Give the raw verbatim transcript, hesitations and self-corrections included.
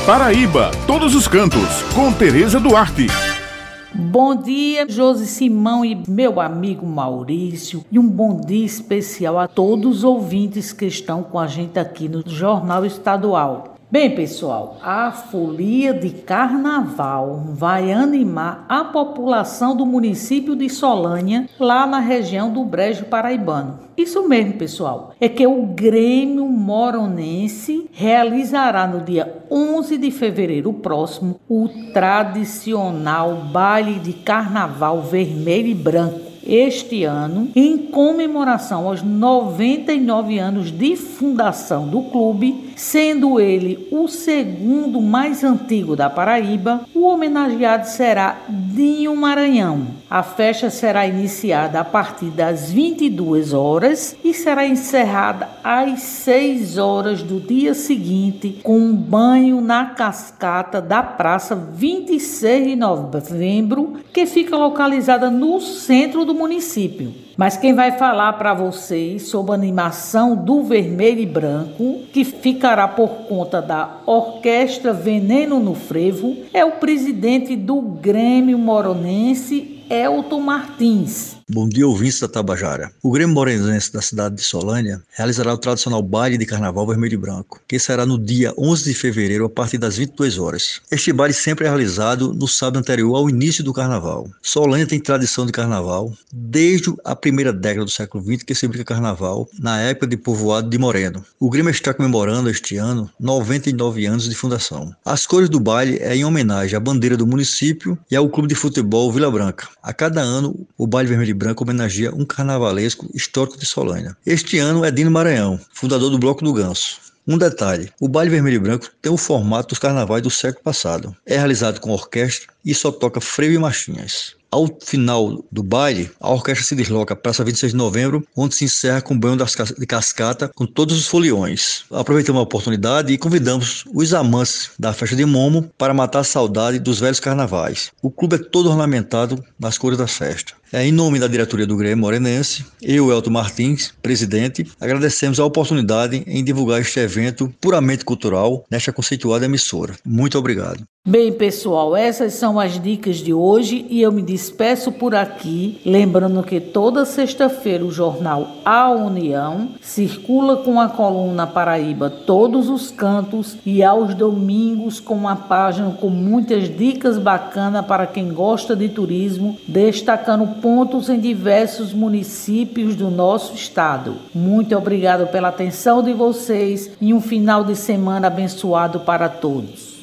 Paraíba, todos os cantos, com Tereza Duarte. Bom dia, Josi Simão e meu amigo Maurício, e um bom dia especial a todos os ouvintes que estão com a gente aqui no Jornal Estadual. Bem, pessoal, a folia de carnaval vai animar a população do município de Solânia, lá na região do Brejo Paraibano. Isso mesmo, pessoal, é que o Grêmio Moronense realizará no dia onze de fevereiro próximo o tradicional baile de carnaval vermelho e branco. Este ano, em comemoração aos noventa e nove anos de fundação do clube, sendo ele o segundo mais antigo da Paraíba, o homenageado será Dinho Maranhão. A festa será iniciada a partir das vinte e duas horas e será encerrada às seis horas do dia seguinte, com um banho na cascata da Praça vinte e seis de novembro, que fica localizada no centro do município. Mas quem vai falar para vocês sobre a animação do Vermelho e Branco, que ficará por conta da Orquestra Veneno no Frevo, é o presidente do Grêmio Moronense, Elton Martins. Bom dia, ouvintes da Tabajara. O Grêmio Moronense da cidade de Solânia realizará o tradicional baile de carnaval vermelho e branco, que será no dia onze de fevereiro a partir das vinte e duas horas. Este baile sempre é realizado no sábado anterior ao início do carnaval. Solânia tem tradição de carnaval desde a primeira década do século vinte, que se brinca carnaval na época de povoado de Moreno. O Grêmio está comemorando este ano noventa e nove anos de fundação. As cores do baile é em homenagem à bandeira do município e ao clube de futebol Vila Branca. A cada ano, o baile vermelho e branco homenageia um carnavalesco histórico de Solânia. Este ano é Dinho Maranhão, fundador do Bloco do Ganso. Um detalhe, o baile vermelho e branco tem o formato dos carnavais do século passado. É realizado com orquestra e só toca frevo e marchinhas. Ao final do baile, a orquestra se desloca à Praça vinte e seis de novembro, onde se encerra com o banho de cascata com todos os foliões. Aproveitamos a oportunidade e convidamos os amantes da festa de Momo para matar a saudade dos velhos carnavais. O clube é todo ornamentado nas cores da festa. É, em nome da diretoria do Grêmio Moronense, eu, Elton Martins, presidente, agradecemos a oportunidade em divulgar este evento puramente cultural nesta conceituada emissora. Muito obrigado. Bem, pessoal, essas são as dicas de hoje e eu me despeço por aqui, lembrando que toda sexta-feira o jornal A União circula com a coluna Paraíba Todos os Cantos e aos domingos com uma página com muitas dicas bacanas para quem gosta de turismo, destacando pontos em diversos municípios do nosso estado. Muito obrigado pela atenção de vocês e um final de semana abençoado para todos.